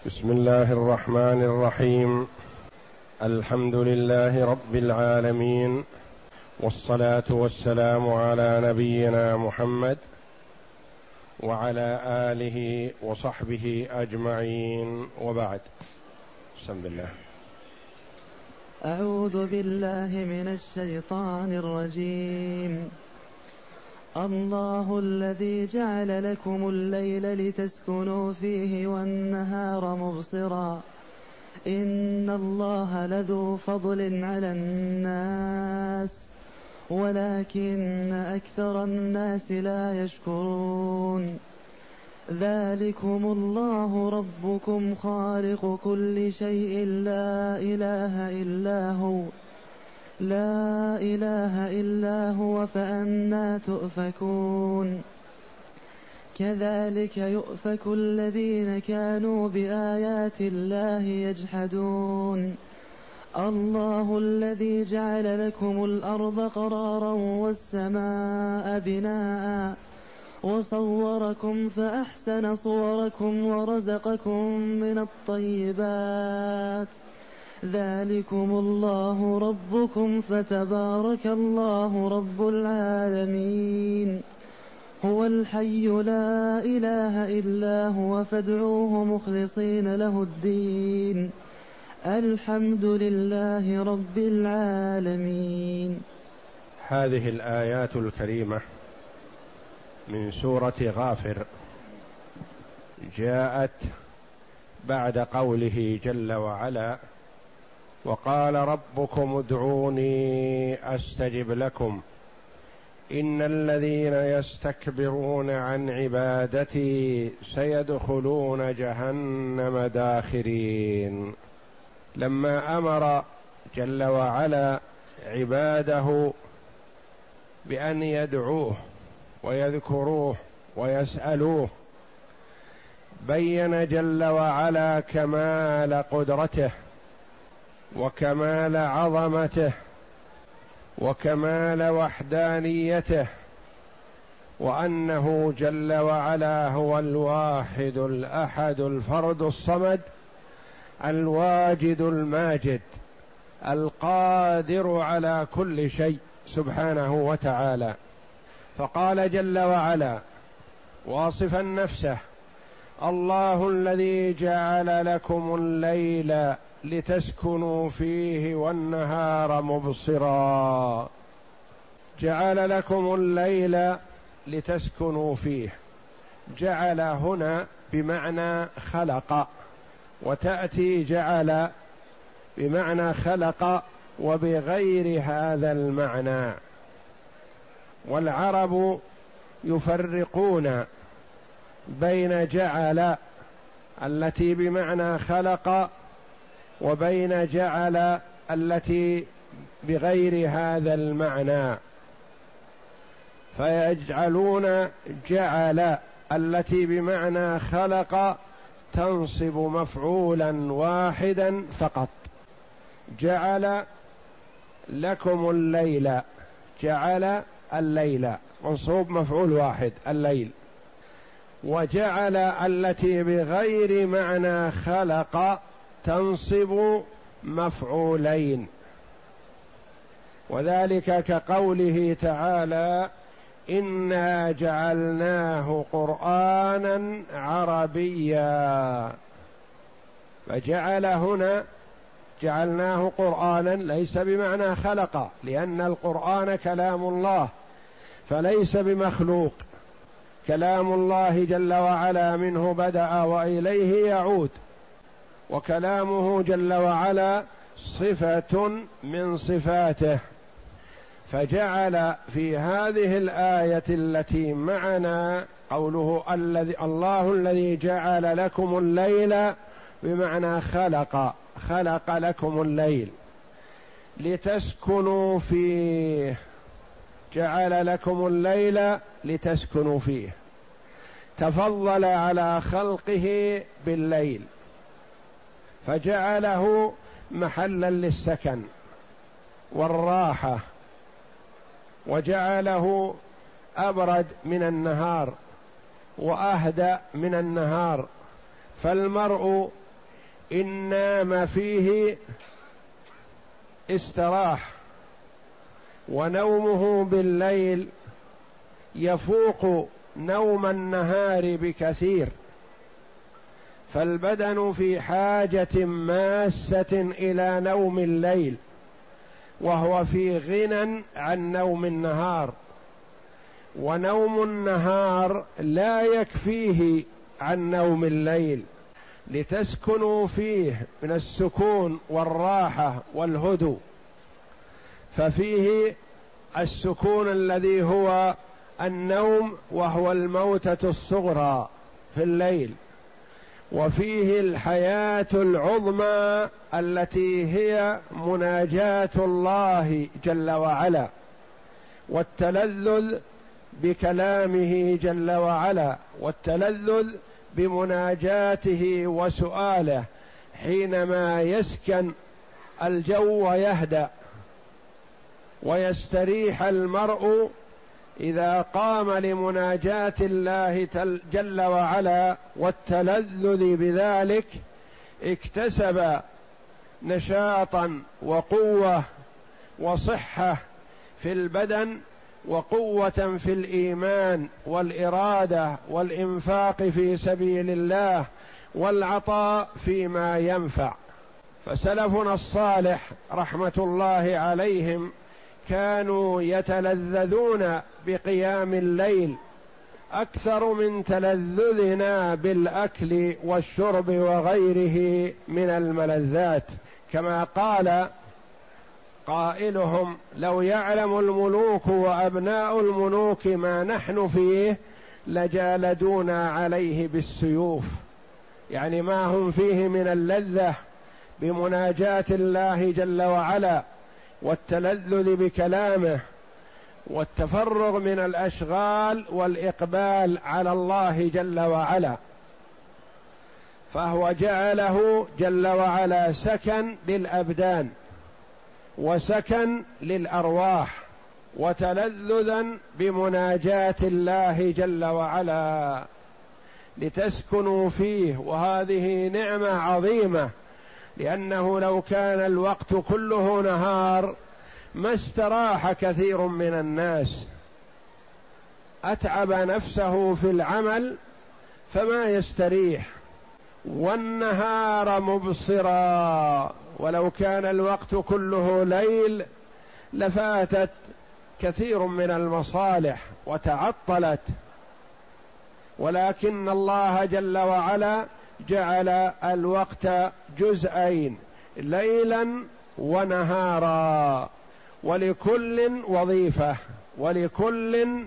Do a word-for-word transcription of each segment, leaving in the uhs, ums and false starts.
بسم الله الرحمن الرحيم. الحمد لله رب العالمين، والصلاة والسلام على نبينا محمد وعلى آله وصحبه أجمعين، وبعد. بسم الله. أعوذ بالله من الشيطان الرجيم. الله الذي جعل لكم الليل لتسكنوا فيه والنهار مبصرا إن الله لذو فضل على الناس ولكن أكثر الناس لا يشكرون. ذلكم الله ربكم خالق كل شيء لا إله إلا هو لا إله إلا هو فأنى تؤفكون. كذلك يؤفك الذين كانوا بآيات الله يجحدون. الله الذي جعل لكم الأرض قرارا والسماء بناء وصوركم فأحسن صوركم ورزقكم من الطيبات. ذلكم الله ربكم فتبارك الله رب العالمين. هو الحي لا إله إلا هو فادعوه مخلصين له الدين. الحمد لله رب العالمين. هذه الآيات الكريمة من سورة غافر جاءت بعد قوله جل وعلا: وقال ربكم ادعوني أستجب لكم إن الذين يستكبرون عن عبادتي سيدخلون جهنم داخرين. لما أمر جل وعلا عباده بأن يدعوه ويذكروه ويسألوه، بين جل وعلا كمال قدرته وكمال عظمته وكمال وحدانيته، وأنه جل وعلا هو الواحد الأحد الفرد الصمد الواجد الماجد القادر على كل شيء سبحانه وتعالى. فقال جل وعلا واصفا نفسه: الله الذي جعل لكم الليل لتسكنوا فيه والنهار مبصرا. جعل لكم الليل لتسكنوا فيه. جعل هنا بمعنى خلق، وتأتي جعل بمعنى خلق وبغير هذا المعنى. والعرب يفرقون بين جعل التي بمعنى خلق وبين جعل التي بغير هذا المعنى، فيجعلون جعل التي بمعنى خلق تنصب مفعولا واحدا فقط. جعل لكم الليل، جعل الليل منصوب مفعول واحد الليل. وجعل التي بغير معنى خلق تنصب مفعولين، وذلك كقوله تعالى: إنا جعلناه قرآنا عربيا. فجعل هنا جعلناه قرآنا ليس بمعنى خلق، لأن القرآن كلام الله فليس بمخلوق، كلام الله جل وعلا منه بدأ وإليه يعود، وكلامه جل وعلا صفة من صفاته. فجعل في هذه الآية التي معنا قوله الذي الله الذي جعل لكم الليل بمعنى خلق، خلق لكم الليل لتسكنوا فيه. جعل لكم الليل لتسكنوا فيه، تفضل على خلقه بالليل فجعله محلا للسكن والراحة، وجعله أبرد من النهار وأهدأ من النهار، فالمرء إن نام فيه استراح، ونومه بالليل يفوق نوم النهار بكثير، فالبدن في حاجة ماسة إلى نوم الليل، وهو في غنى عن نوم النهار، ونوم النهار لا يكفيه عن نوم الليل، لتسكنوا فيه من السكون والراحة والهدوء، ففيه السكون الذي هو النوم وهو الموتة الصغرى في الليل، وفيه الحياة العظمى التي هي مناجاة الله جل وعلا، والتلذذ بكلامه جل وعلا، والتلذذ بمناجاته وسؤاله حينما يسكن الجو ويهدأ، ويستريح المرء إذا قام لمناجاة الله جل وعلا والتلذذ بذلك، اكتسب نشاطا وقوة وصحة في البدن، وقوة في الإيمان والإرادة والإنفاق في سبيل الله والعطاء فيما ينفع. فسلفنا الصالح رحمة الله عليهم كانوا يتلذذون بقيام الليل أكثر من تلذذنا بالأكل والشرب وغيره من الملذات، كما قال قائلهم: لو يعلم الملوك وأبناء الملوك ما نحن فيه لجالدونا عليه بالسيوف، يعني ما هم فيه من اللذة بمناجاة الله جل وعلا والتلذذ بكلامه والتفرغ من الأشغال والإقبال على الله جل وعلا، فهو جعله جل وعلا سكن للأبدان وسكن للأرواح وتلذذا بمناجاة الله جل وعلا لتسكنوا فيه، وهذه نعمة عظيمة، لأنه لو كان الوقت كله نهار ما استراح كثير من الناس، أتعب نفسه في العمل فما يستريح، والنهار مبصرا، ولو كان الوقت كله ليل لفاتت كثير من المصالح وتعطلت، ولكن الله جل وعلا جعل الوقت جزئين ليلا ونهارا، ولكل وظيفة ولكل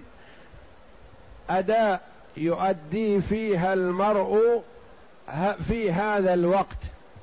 أداء يؤدي فيها المرء في هذا الوقت.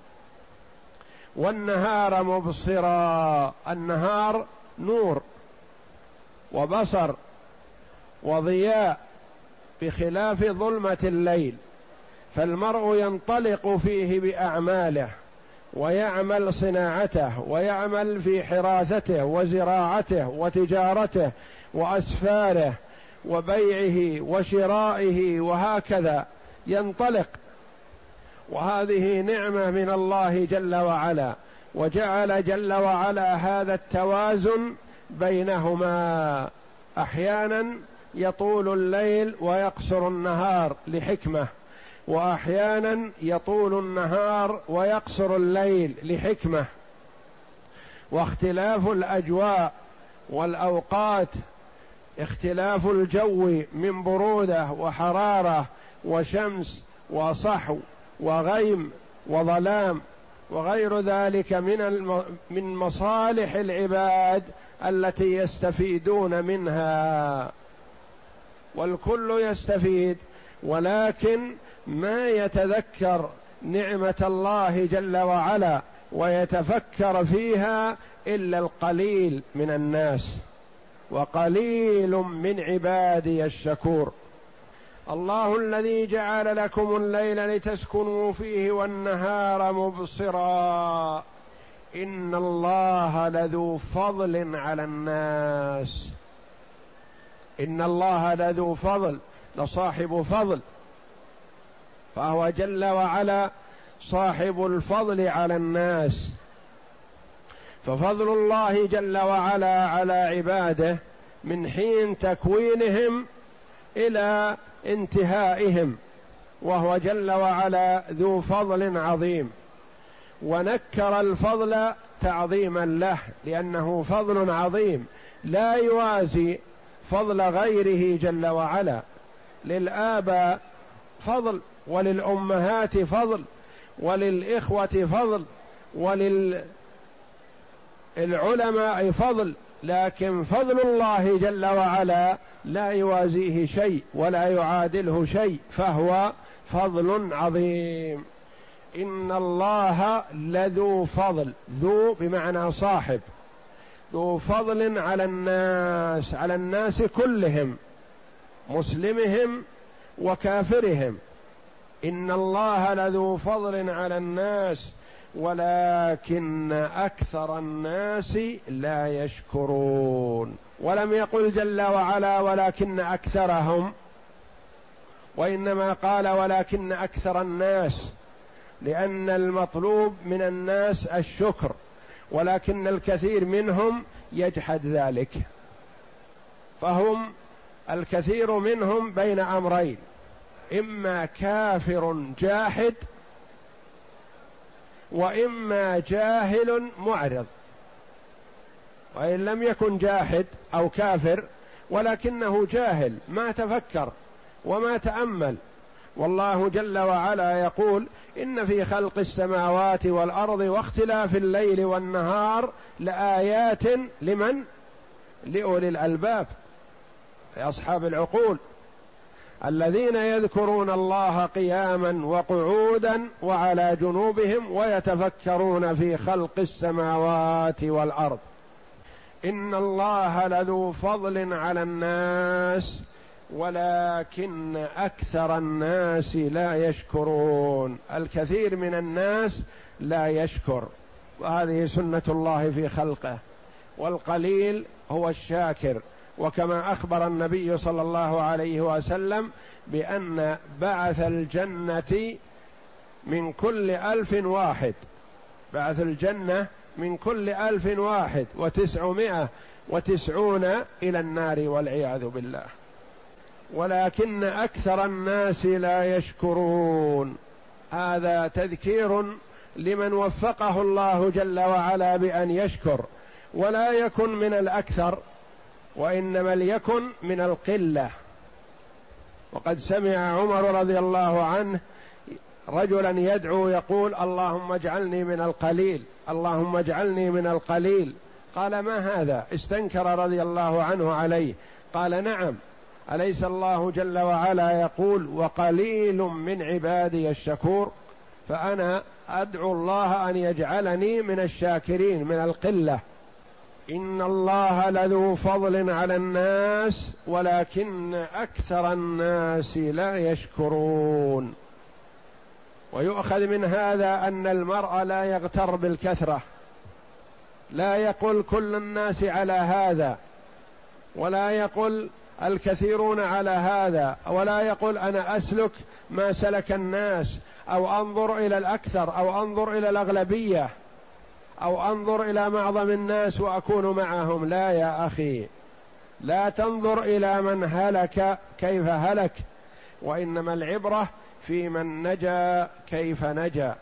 والنهار مبصرا، النهار نور وبصر وضياء بخلاف ظلمة الليل، فالمرء ينطلق فيه بأعماله ويعمل صناعته ويعمل في حراثته وزراعته وتجارته وأسفاره وبيعه وشرائه، وهكذا ينطلق، وهذه نعمة من الله جل وعلا، وجعل جل وعلا هذا التوازن بينهما، أحيانا يطول الليل ويقصر النهار لحكمة، وأحيانا يطول النهار ويقصر الليل لحكمة، واختلاف الأجواء والأوقات، اختلاف الجو من برودة وحرارة وشمس وصحو وغيم وظلام وغير ذلك من الم... من مصالح العباد التي يستفيدون منها، والكل يستفيد، ولكن ما يتذكر نعمة الله جل وعلا ويتفكر فيها إلا القليل من الناس، وقليل من عبادي الشكور. الله الذي جعل لكم الليل لتسكنوا فيه والنهار مبصرا، إن الله لذو فضل على الناس، إن الله لذو فضل، لصاحب فضل، فهو جل وعلا صاحب الفضل على الناس. ففضل الله جل وعلا على عباده من حين تكوينهم إلى انتهائهم، وهو جل وعلا ذو فضل عظيم، ونكر الفضل تعظيما له لأنه فضل عظيم لا يوازي فضل غيره جل وعلا. للآباء فضل، وللأمهات فضل، وللإخوة فضل، وللعلماء فضل، لكن فضل الله جل وعلا لا يوازيه شيء ولا يعادله شيء، فهو فضل عظيم. إن الله لذو فضل، ذو بمعنى صاحب، ذو فضل على الناس، على الناس كلهم، مسلمهم وكافرهم. إن الله لذو فضل على الناس ولكن أكثر الناس لا يشكرون. ولم يقل جل وعلا ولكن أكثرهم، وإنما قال ولكن أكثر الناس، لأن المطلوب من الناس الشكر، ولكن الكثير منهم يجحد ذلك. فهم الكثير منهم بين أمرين: إما كافر جاحد، وإما جاهل معرض. وإن لم يكن جاحد أو كافر ولكنه جاهل، ما تفكر وما تأمل. والله جل وعلا يقول: إن في خلق السماوات والأرض واختلاف الليل والنهار لآيات لمن؟ لأولي الألباب، أصحاب العقول، الذين يذكرون الله قياما وقعودا وعلى جنوبهم ويتفكرون في خلق السماوات والأرض. إن الله لذو فضل على الناس ولكن أكثر الناس لا يشكرون. الكثير من الناس لا يشكر، وهذه سنة الله في خلقه، والقليل هو الشاكر. وكما أخبر النبي صلى الله عليه وسلم بأن بعث الجنة من كل ألف واحد، بعث الجنة من كل ألف واحد وتسعمائة وتسعون إلى النار والعياذ بالله، ولكن أكثر الناس لا يشكرون. هذا تذكير لمن وفقه الله جل وعلا بأن يشكر، ولا يكن من الأكثر، وإنما ليكن من القلة. وقد سمع عمر رضي الله عنه رجلا يدعو يقول: اللهم اجعلني من القليل، اللهم اجعلني من القليل. قال: ما هذا؟ استنكر رضي الله عنه عليه. قال: نعم، أليس الله جل وعلا يقول: وقليل من عبادي الشكور؟ فأنا أدعو الله أن يجعلني من الشاكرين، من القلة. إن الله لذو فضل على الناس ولكن أكثر الناس لا يشكرون. ويؤخذ من هذا أن المرء لا يغتر بالكثرة، لا يقول كل الناس على هذا، ولا يقول الكثيرون على هذا، ولا يقول أنا أسلك ما سلك الناس، أو أنظر إلى الأكثر، أو أنظر إلى الأغلبية، أو أنظر إلى معظم الناس وأكون معهم. لا يا أخي، لا تنظر إلى من هلك كيف هلك، وإنما العبرة في من نجا كيف نجا.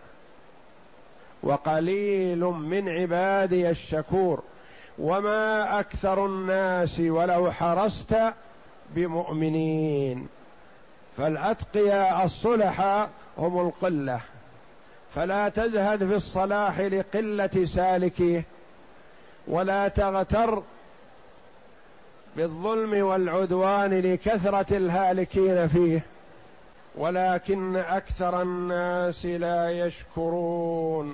وقليل من عبادي الشكور وما أكثر الناس ولو حرصت بمؤمنين. فالأتقياء الصلحاء هم القلة، فلا تزهد في الصلاح لقلة سالكيه، ولا تغتر بالظلم والعدوان لكثرة الهالكين فيه، ولكن أكثر الناس لا يشكرون.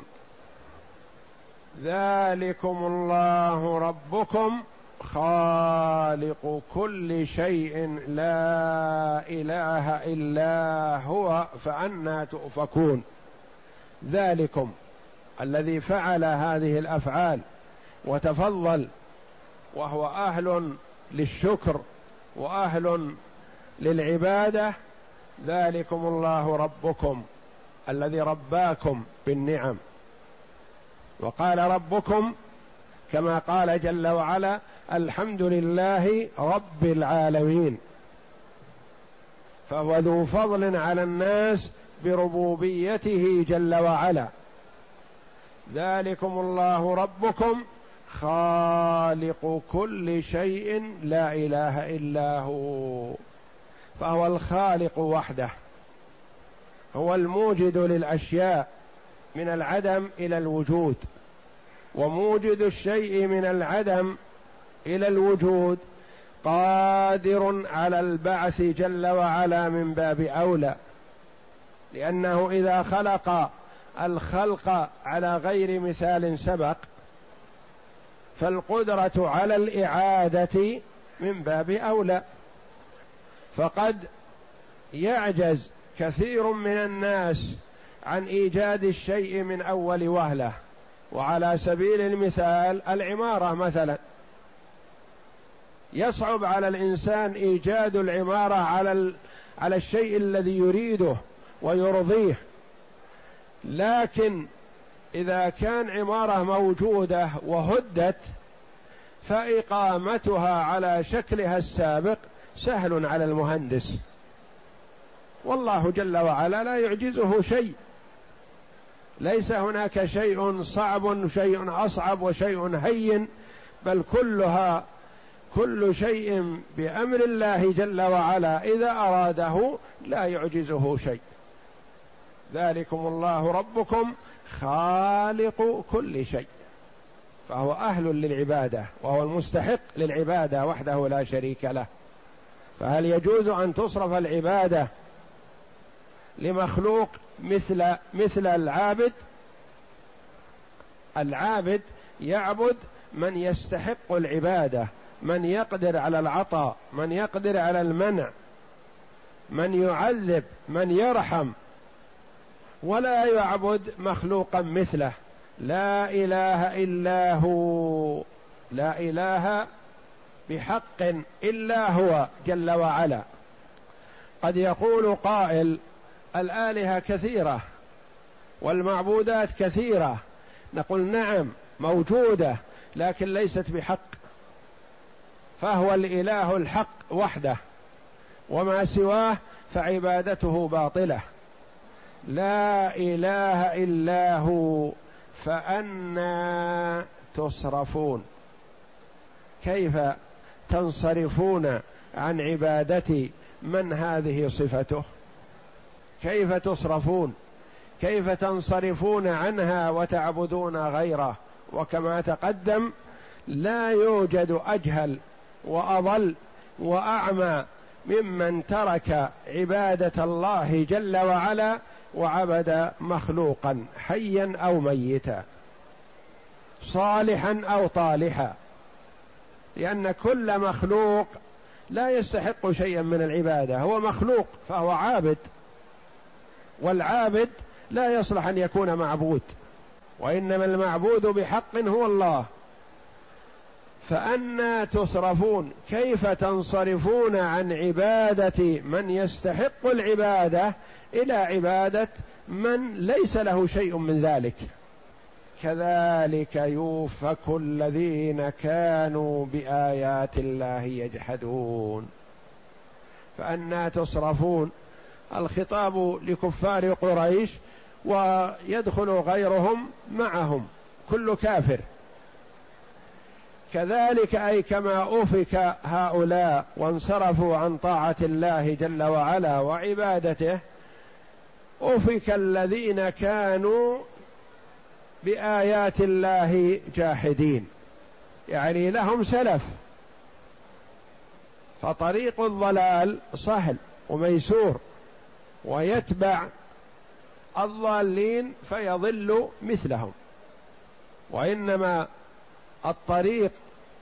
ذلكم الله ربكم خالق كل شيء لا إله إلا هو فأنى تؤفكون. ذلكم الذي فعل هذه الأفعال وتفضل، وهو أهل للشكر وأهل للعبادة، ذلكم الله ربكم الذي رباكم بالنعم. وقال ربكم كما قال جل وعلا الحمد لله رب العالمين، فهو ذو فضل على الناس بربوبيته جل وعلا. ذلكم الله ربكم خالق كل شيء لا إله إلا هو، فهو الخالق وحده، هو الموجد للأشياء من العدم إلى الوجود، وموجد الشيء من العدم إلى الوجود قادر على البعث جل وعلا من باب أولى، لأنه إذا خلق الخلق على غير مثال سبق فالقدرة على الإعادة من باب أولى. فقد يعجز كثير من الناس عن إيجاد الشيء من أول وهلة، وعلى سبيل المثال العمارة مثلا، يصعب على الإنسان إيجاد العمارة على على الشيء الذي يريده ويرضيه، لكن إذا كان عمارة موجودة وهدت فإقامتها على شكلها السابق سهل على المهندس، والله جل وعلا لا يعجزه شيء، ليس هناك شيء صعب شيء أصعب وشيء هين، بل كلها كل شيء بأمر الله جل وعلا إذا أراده لا يعجزه شيء. ذلكم الله ربكم خالق كل شيء، فهو أهل للعبادة وهو المستحق للعبادة وحده لا شريك له. فهل يجوز أن تصرف العبادة لمخلوق مثل مثل العابد؟ العابد يعبد من يستحق العبادة، من يقدر على العطاء، من يقدر على المنع، من يعذب، من يرحم، ولا يعبد مخلوقا مثله. لا إله إلا هو، لا إله بحق إلا هو جل وعلا. قد يقول قائل الآلهة كثيرة والمعبودات كثيرة، نقول نعم موجودة لكن ليست بحق، فهو الإله الحق وحده، وما سواه فعبادته باطلة. لا إله إلا هو، فأنى تصرفون؟ كيف تنصرفون عن عبادة من هذه صفته؟ كيف تصرفون؟ كيف تنصرفون عنها وتعبدون غيره؟ وكما تقدم لا يوجد أجهل وأضل وأعمى ممن ترك عبادة الله جل وعلا وعبد مخلوقا حيا أو ميتا، صالحا أو طالحا، لأن كل مخلوق لا يستحق شيئا من العبادة، هو مخلوق فهو عابد، والعابد لا يصلح أن يكون معبود، وإنما المعبود بحق هو الله. فأنى تصرفون؟ كيف تنصرفون عن عبادة من يستحق العبادة إلى عبادة من ليس له شيء من ذلك؟ كذلك يؤفك الذين كانوا بآيات الله يجحدون. فأنى تصرفون؟ الخطاب لكفار قريش ويدخل غيرهم معهم، كل كافر. كذلك أي كما أفك هؤلاء وانصرفوا عن طاعة الله جل وعلا وعبادته، أفك الذين كانوا بآيات الله جاحدين، يعني لهم سلف، فطريق الضلال سهل وميسور، ويتبع الضالين فيضل مثلهم، وإنما الطريق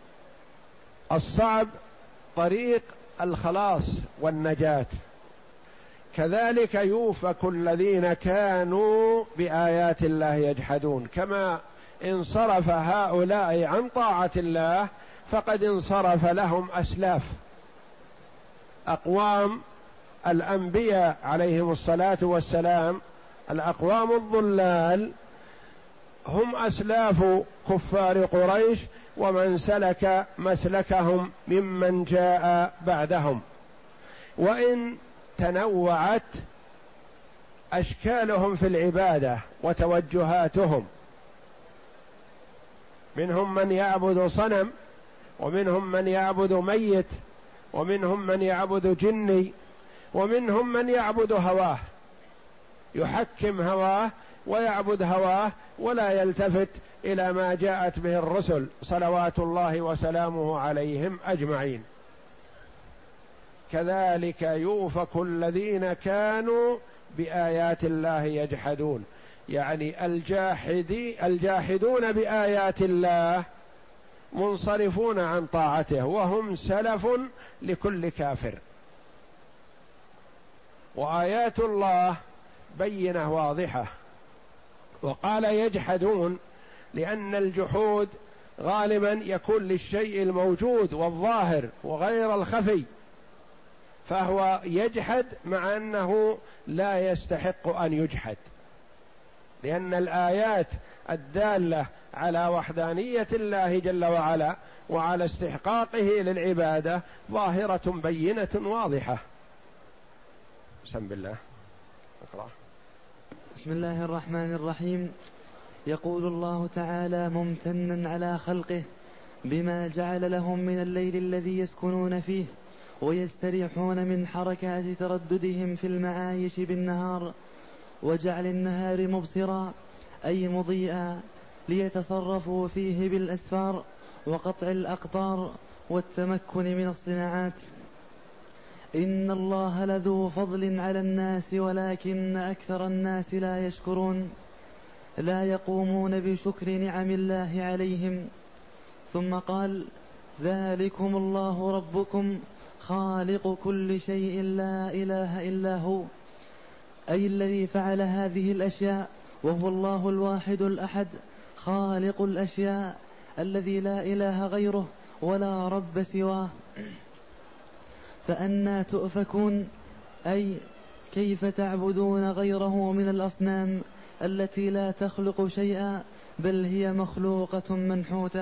الصعب طريق الخلاص والنجاة. كذلك يؤفك الذين كانوا بآيات الله يجحدون، كما انصرف هؤلاء عن طاعة الله فقد انصرف لهم أسلاف أقوام الأنبياء عليهم الصلاة والسلام، الأقوام الضلال هم أسلاف كفار قريش ومن سلك مسلكهم ممن جاء بعدهم، وإن تنوعت أشكالهم في العبادة وتوجهاتهم، منهم من يعبد صنم، ومنهم من يعبد ميت، ومنهم من يعبد جني، ومنهم من يعبد هواه، يحكم هواه ويعبد هواه ولا يلتفت إلى ما جاءت به الرسل صلوات الله وسلامه عليهم أجمعين. كذلك يؤفك الذين كانوا بآيات الله يجحدون، يعني الجاحدي الجاحدون بآيات الله منصرفون عن طاعته، وهم سلف لكل كافر. وآيات الله بينة واضحة. وقال يجحدون لأن الجحود غالبا يكون للشيء الموجود والظاهر وغير الخفي، فهو يجحد مع أنه لا يستحق أن يجحد، لأن الآيات الدالة على وحدانية الله جل وعلا وعلى استحقاقه للعبادة ظاهرة بينة واضحة. بسم الله اقرأ. بسم الله الرحمن الرحيم. يقول الله تعالى ممتنا على خلقه بما جعل لهم من الليل الذي يسكنون فيه ويستريحون من حركات ترددهم في المعايش بالنهار، وجعل النهار مبصرا أي مضيئا ليتصرفوا فيه بالأسفار وقطع الأقطار والتمكن من الصناعات. إن الله لذو فضل على الناس ولكن أكثر الناس لا يشكرون، لا يقومون بشكر نعم الله عليهم. ثم قال ذلكم الله ربكم خالق كل شيء لا إله إلا هو، أي الذي فعل هذه الأشياء، وهو الله الواحد الأحد خالق الأشياء الذي لا إله غيره ولا رب سواه. فأنى تؤفكون، أي كيف تعبدون غيره من الأصنام التي لا تخلق شيئا بل هي مخلوقة منحوتة.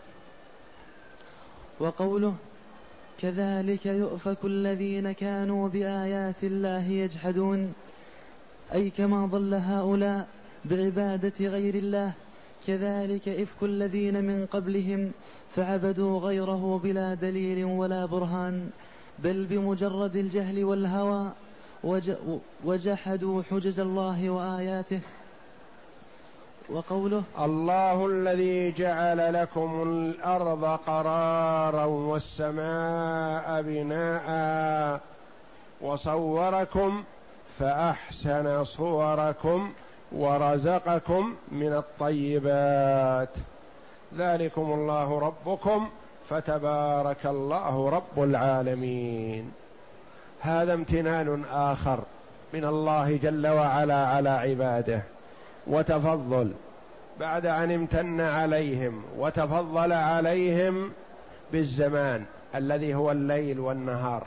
وقوله كذلك يؤفك الذين كانوا بآيات الله يجحدون، أي كما ضل هؤلاء بعبادة غير الله كذلك إفك الذين من قبلهم فعبدوا غيره بلا دليل ولا برهان، بل بمجرد الجهل والهوى وجحدوا حجج الله وآياته. وقوله الله الذي جعل لكم الأرض قرارا والسماء بناء وصوركم فأحسن صوركم ورزقكم من الطيبات، ذلكم الله ربكم فتبارك الله رب العالمين. هذا امتنان آخر من الله جل وعلا على عباده وتفضل، بعد أن امتن عليهم وتفضل عليهم بالزمان الذي هو الليل والنهار،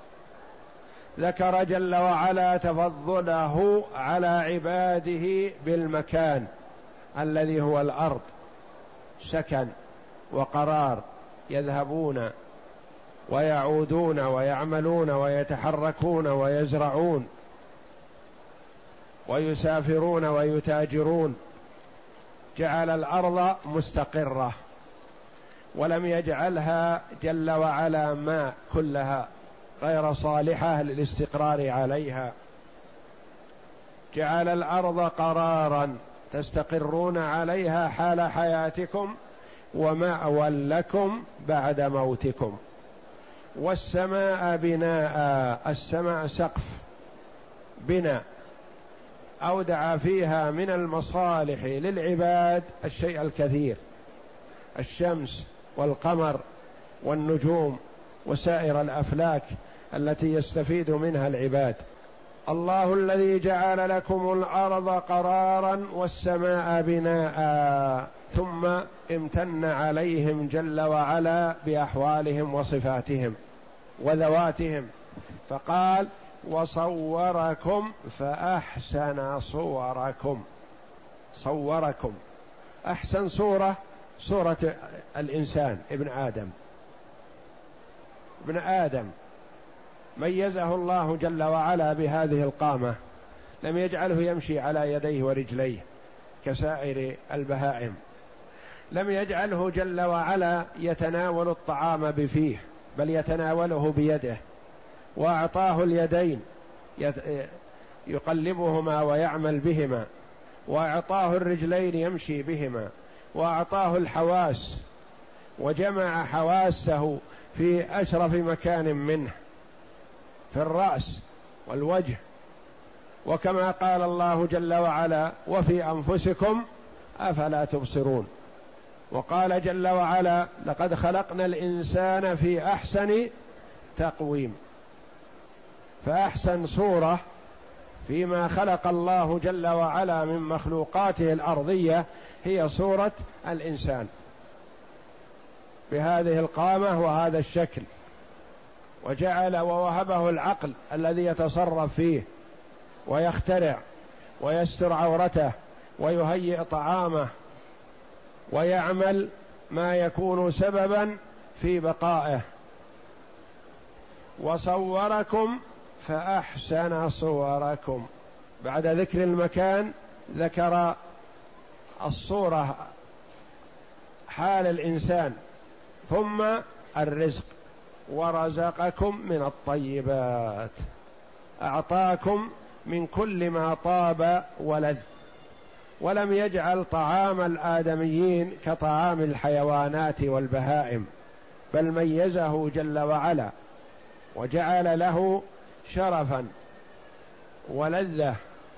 ذكر جل وعلا تفضله على عباده بالمكان الذي هو الأرض، سكن وقرار، يذهبون ويعودون ويعملون ويتحركون ويزرعون ويسافرون ويتاجرون. جعل الأرض مستقرة ولم يجعلها جل وعلا ماء كلها غير صالحة للاستقرار عليها، جعل الأرض قرارا تستقرون عليها حال حياتكم ومأوى لكم بعد موتكم. والسماء بناء، السماء سقف بناء أودع فيها من المصالح للعباد الشيء الكثير، الشمس والقمر والنجوم وسائر الأفلاك التي يستفيد منها العباد. الله الذي جعل لكم الأرض قرارا والسماء بناء، ثم امتن عليهم جل وعلا بأحوالهم وصفاتهم وذواتهم، فقال وصوركم فأحسن صوركم. صوركم أحسن صورة صورة الإنسان ابن آدم. ابن آدم ميزه الله جل وعلا بهذه القامة، لم يجعله يمشي على يديه ورجليه كسائر البهائم، لم يجعله جل وعلا يتناول الطعام بفيه، بل يتناوله بيده، وأعطاه اليدين يقلبهما ويعمل بهما، وأعطاه الرجلين يمشي بهما، وأعطاه الحواس وجمع حواسه في أشرف مكان منه في الرأس والوجه. وكما قال الله جل وعلا وفي أنفسكم أفلا تبصرون. وقال جل وعلا لقد خلقنا الإنسان في أحسن تقويم. فأحسن صورة فيما خلق الله جل وعلا من مخلوقاته الأرضية هي صورة الإنسان بهذه القامة وهذا الشكل، وجعل ووهبه العقل الذي يتصرف فيه ويخترع ويستر عورته ويهيئ طعامه ويعمل ما يكون سببا في بقائه. وصوركم فأحسن صوركم. بعد ذكر المكان ذكر الصورة حال الإنسان، ثم الرزق. ورزقكم من الطيبات، أعطاكم من كل ما طاب ولذ، ولم يجعل طعام الآدميين كطعام الحيوانات والبهائم، بل ميزه جل وعلا وجعل له شرفا ولذة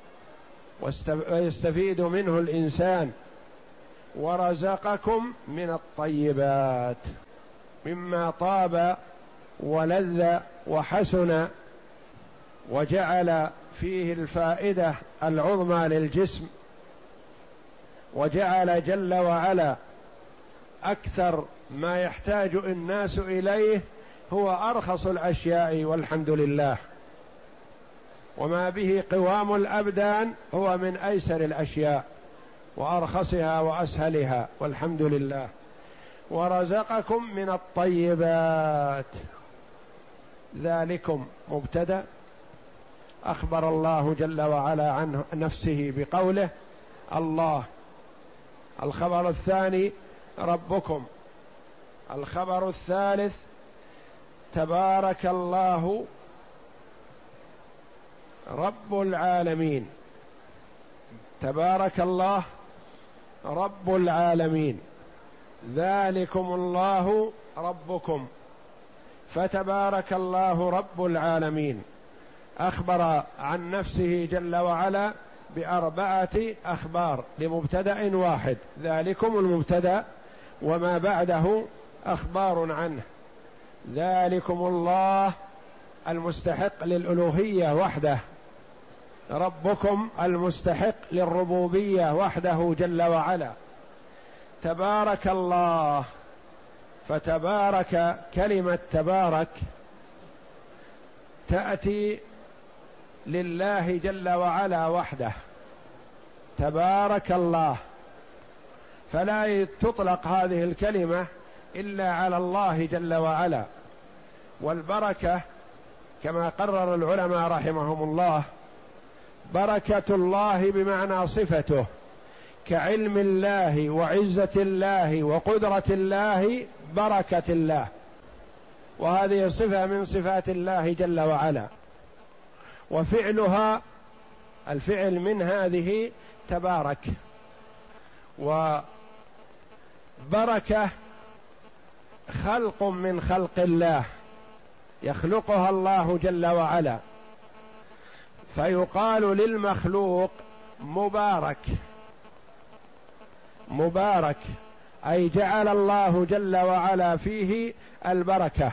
ويستفيد منه الإنسان. ورزقكم من الطيبات مما طاب ولذ وحسن، وجعل فيه الفائدة العظمى للجسم، وجعل جل وعلا أكثر ما يحتاج الناس إليه هو أرخص الأشياء والحمد لله، وما به قوام الأبدان هو من أيسر الأشياء وأرخصها وأسهلها والحمد لله. ورزقكم من الطيبات، ذلكم مبتدأ أخبر الله جل وعلا عن نفسه بقوله الله. الخبر الثاني ربكم. الخبر الثالث تبارك الله رب العالمين. تبارك الله رب العالمين، ذلكم الله ربكم، فتبارك الله رب العالمين. أخبر عن نفسه جل وعلا بأربعة أخبار لمبتدأ واحد، ذلكم المبتدأ وما بعده أخبار عنه. ذلكم الله المستحق للألوهية وحده، ربكم المستحق للربوبية وحده جل وعلا. تبارك الله، فتبارك كلمة تبارك تأتي لله جل وعلا وحده، تبارك الله، فلا تطلق هذه الكلمة إلا على الله جل وعلا. والبركة كما قرر العلماء رحمهم الله بركة الله بمعنى صفته، كعلم الله وعزة الله وقدرة الله بركة الله، وهذه صفة من صفات الله جل وعلا. وفعلها الفعل من هذه تبارك. وبركة خلق من خلق الله يخلقها الله جل وعلا، فيقال للمخلوق مبارك. مبارك أي جعل الله جل وعلا فيه البركة.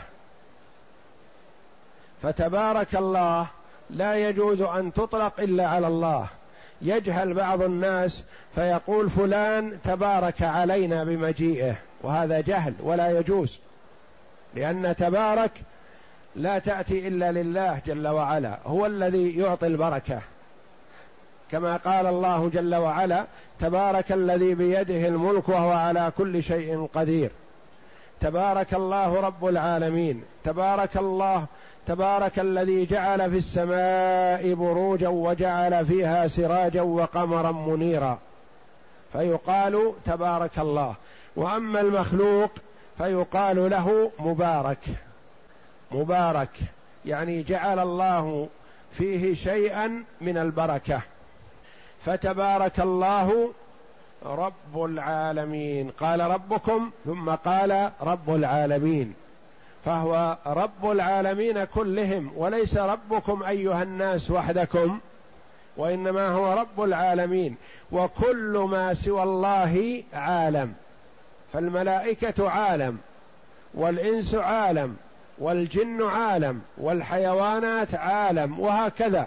فتبارك الله لا يجوز أن تطلق إلا على الله. يجهل بعض الناس فيقول فلان تبارك علينا بمجيئه، وهذا جهل ولا يجوز، لأن تبارك لا تأتي إلا لله جل وعلا، هو الذي يعطي البركة، كما قال الله جل وعلا: تبارك الذي بيده الملك وهو على كل شيء قدير. تبارك الله رب العالمين. تبارك الله تبارك الذي جعل في السماء بروجا وجعل فيها سراجا وقمرا منيرا، فيقال تبارك الله. وأما المخلوق فيقال له مبارك. مبارك يعني جعل الله فيه شيئا من البركة. فتبارك الله رب العالمين، قال ربكم ثم قال رب العالمين، فهو رب العالمين كلهم، وليس ربكم أيها الناس وحدكم، وإنما هو رب العالمين، وكل ما سوى الله عالم. فالملائكة عالم، والإنس عالم، والجن عالم، والحيوانات عالم، وهكذا.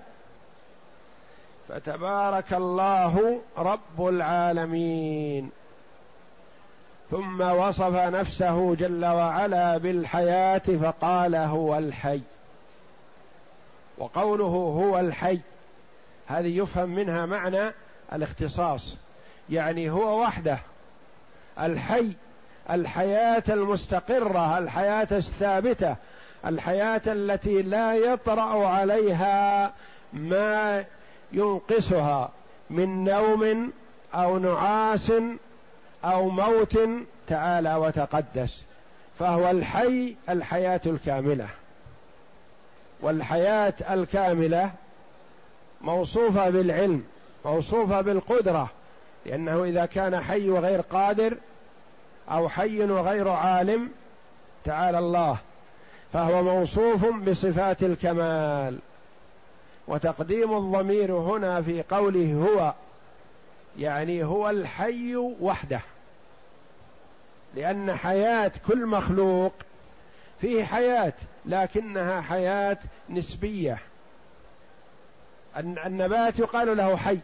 فتبارك الله رب العالمين. ثم وصف نفسه جل وعلا بالحياة فقال هو الحي. وقوله هو الحي هذه يفهم منها معنى الاختصاص، يعني هو وحده الحي، الحياة المستقرة، الحياة الثابتة، الحياة التي لا يطرأ عليها ما ينقصها من نوم أو نعاس أو موت، تعالى وتقدس. فهو الحي، الحياة الكاملة. والحياة الكاملة موصوفة بالعلم، موصوفة بالقدرة، لأنه إذا كان حي وغير قادر أو حي وغير عالم تعالى الله، فهو موصوف بصفات الكمال. وتقديم الضمير هنا في قوله هو يعني هو الحي وحده، لأن حياة كل مخلوق فيه حياة لكنها حياة نسبية. النبات يقال له حي،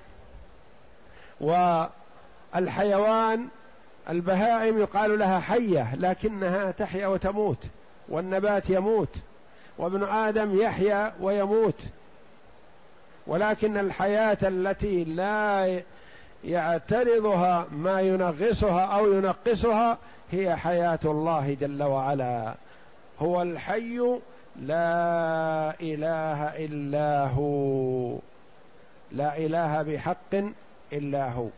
والحيوان البهائم يقال لها حية لكنها تحيا وتموت، والنبات يموت، وابن آدم يحيا ويموت. ولكن الحياة التي لا يعترضها ما ينغصها أو ينقصها هي حياة الله جل وعلا. هو الحي لا إله إلا هو، لا إله بحق إلا هو،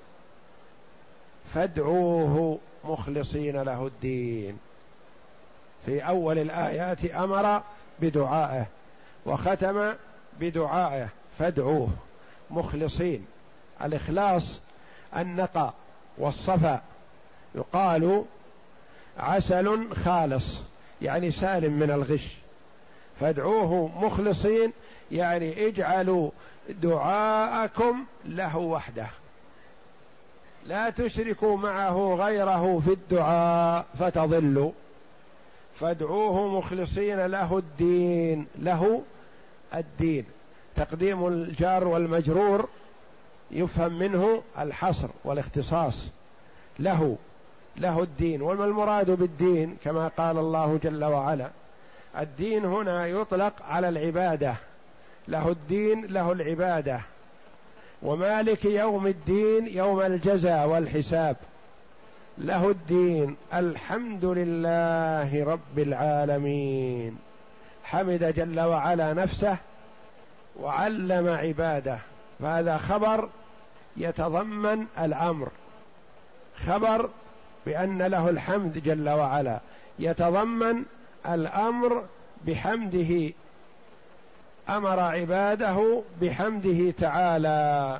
فادعوه مخلصين له الدين. في أول الآيات أمر بدعائه وختم بدعائه، فادعوه مخلصين. الإخلاص النقاء والصفاء، يقال عسل خالص يعني سالم من الغش. فادعوه مخلصين يعني اجعلوا دعاءكم له وحده، لا تشركوا معه غيره في الدعاء فتضلوا. فادعوه مخلصين له الدين، له الدين. تقديم الجار والمجرور يفهم منه الحصر والاختصاص، له له الدين. وما المراد بالدين؟ كما قال الله جل وعلا: الدين هنا يطلق على العبادة، له الدين له العبادة. ومالك يوم الدين يوم الجزاء والحساب، له الدين. الحمد لله رب العالمين. حمد جل وعلا نفسه وعلم عباده، فهذا خبر يتضمن الأمر، خبر بأن له الحمد جل وعلا، يتضمن الأمر بحمده، أمر عباده بحمده تعالى.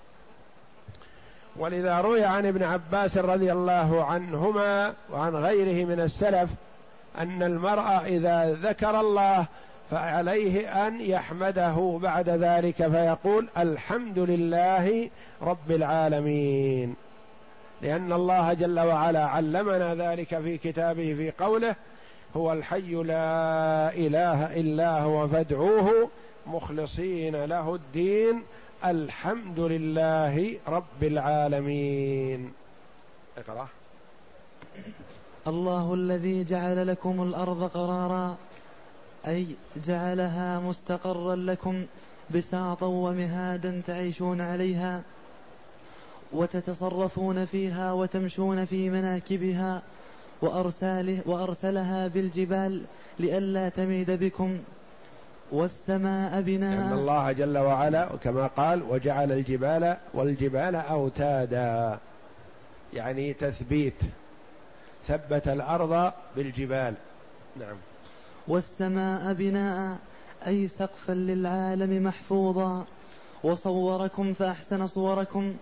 ولذا روي عن ابن عباس رضي الله عنهما وعن غيره من السلف أن المرء إذا ذكر الله فعليه أن يحمده بعد ذلك فيقول: الحمد لله رب العالمين، لأن الله جل وعلا علمنا ذلك في كتابه في قوله: هو الحي لا إله إلا هو فادعوه مخلصين له الدين الحمد لله رب العالمين. اقرأ. الله الذي جعل لكم الأرض قرارا أي جعلها مستقرا لكم بساطا ومهادا تعيشون عليها وتتصرفون فيها وتمشون في مناكبها، وأرساله وأرسلها بالجبال لئلا تميد بكم، والسماء بناء. لأن الله جل وعلا كما قال وجعل الجبال والجبال أوتادا، يعني تثبيت، ثبت الأرض بالجبال. نعم. والسماء بناء أي سقفا للعالم محفوظا، وصوركم فأحسن صوركم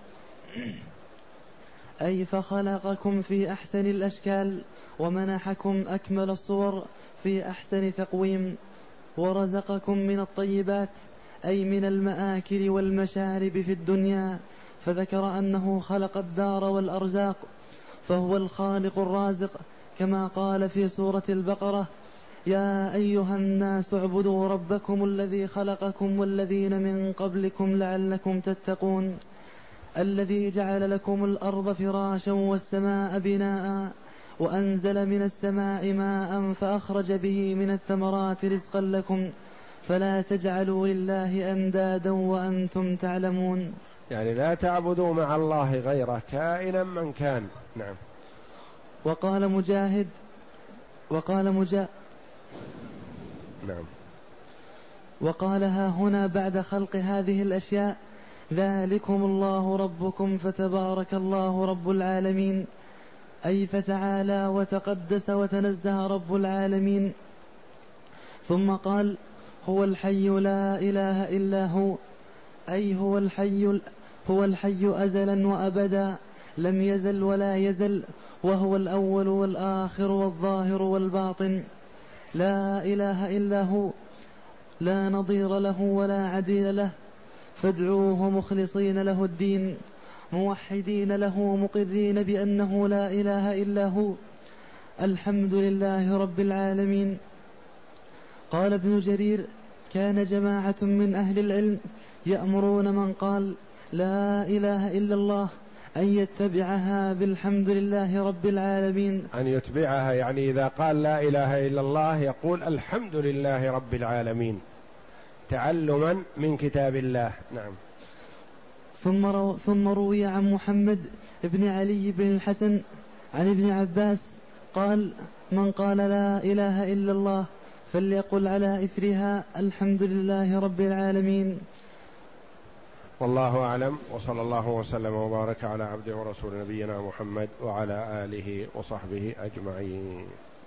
أي فخلقكم في أحسن الأشكال، ومنحكم أكمل الصور في أحسن تقويم، ورزقكم من الطيبات أي من المآكل والمشارب في الدنيا، فذكر أنه خلق الدار والأرزاق، فهو الخالق الرازق، كما قال في سورة البقرة: يا أيها الناس اعبدوا ربكم الذي خلقكم والذين من قبلكم لعلكم تتقون، الذي جعل لكم الأرض فراشا والسماء بناء، وأنزل من السماء ماء فأخرج به من الثمرات رزقا لكم، فلا تجعلوا لله أندادا وأنتم تعلمون. يعني لا تعبدوا مع الله غيره كائنا من كان. نعم. وقال مجاهد وقال مجا نعم. وقالها هنا بعد خلق هذه الأشياء: ذلكم الله ربكم فتبارك الله رب العالمين، أي فتعالى وتقدس وتنزه رب العالمين. ثم قال: هو الحي لا إله إلا هو، أي هو الحي هو الحي أزلا وأبدا، لم يزل ولا يزل، وهو الأول والآخر والظاهر والباطن، لا إله إلا هو، لا نظير له ولا عديل له، فادعوه مخلصين له الدين، موحدين له مقرين بأنه لا إله إلا هو، الحمد لله رب العالمين. قال ابن جرير: كان جماعة من أهل العلم يأمرون من قال لا إله إلا الله أن يتبعها بالحمد لله رب العالمين. أن يتبعها يعني إذا قال لا إله إلا الله يقول الحمد لله رب العالمين تعلما من كتاب الله. نعم. ثم رو ثم روي عن محمد بن علي بن الحسن عن ابن عباس قال: من قال لا إله إلا الله فليقل على إثرها الحمد لله رب العالمين. والله أعلم، وصلى الله وسلم وبارك على عبده ورسول نبينا محمد وعلى آله وصحبه أجمعين.